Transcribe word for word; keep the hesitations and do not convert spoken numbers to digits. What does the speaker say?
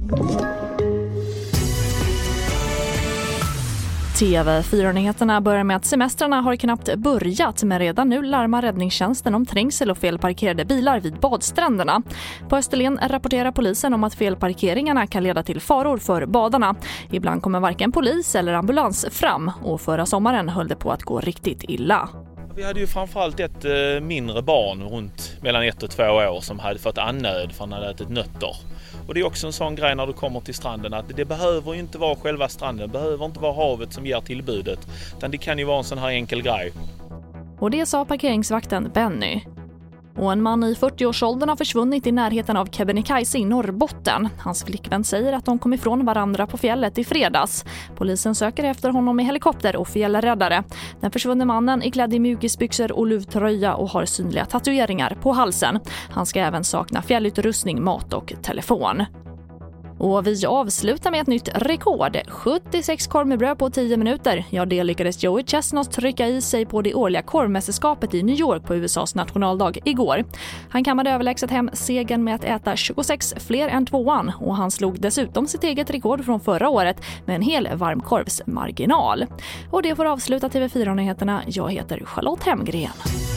T V fyra-nyheterna börjar med att semestrarna har knappt börjat, men redan nu larmar räddningstjänsten om trängsel och felparkerade bilar vid badstränderna. På Österlen rapporterar polisen om att felparkeringarna kan leda till faror för badarna. Ibland kommer varken polis eller ambulans fram, och förra sommaren höll det på att gå riktigt illa. Vi hade ju framförallt ett eh, mindre barn runt mellan ett och två år som hade fått annöd för att han hade ätit nötter. Och det är också en sån grej när du kommer till stranden att det behöver ju inte vara själva stranden, det behöver inte vara havet som ger tillbudet, utan det kan ju vara en sån här enkel grej. Och det sa parkeringsvakten Benny. Och en man i fyrtio-årsåldern har försvunnit i närheten av Kebnekaise i Norrbotten. Hans flickvän säger att de kom ifrån varandra på fjället i fredags. Polisen söker efter honom med helikopter och fjällräddare. Den försvunne mannen är klädd i mjukisbyxor och luvtröja och har synliga tatueringar på halsen. Han ska även sakna fjällutrustning, mat och telefon. Och vi avslutar med ett nytt rekord. sjuttiosex korv med bröd på tio minuter. Ja, det lyckades Joey Chestnut trycka i sig på det årliga korvmästerskapet i New York på U S A:s nationaldag igår. Han kammade överlägset hem segern med att äta tjugosex fler än tvåan, och han slog dessutom sitt eget rekord från förra året med en hel varmkorvsmarginal. Och det får avsluta T V fyra-nyheterna. Jag heter Charlotte Hemgren.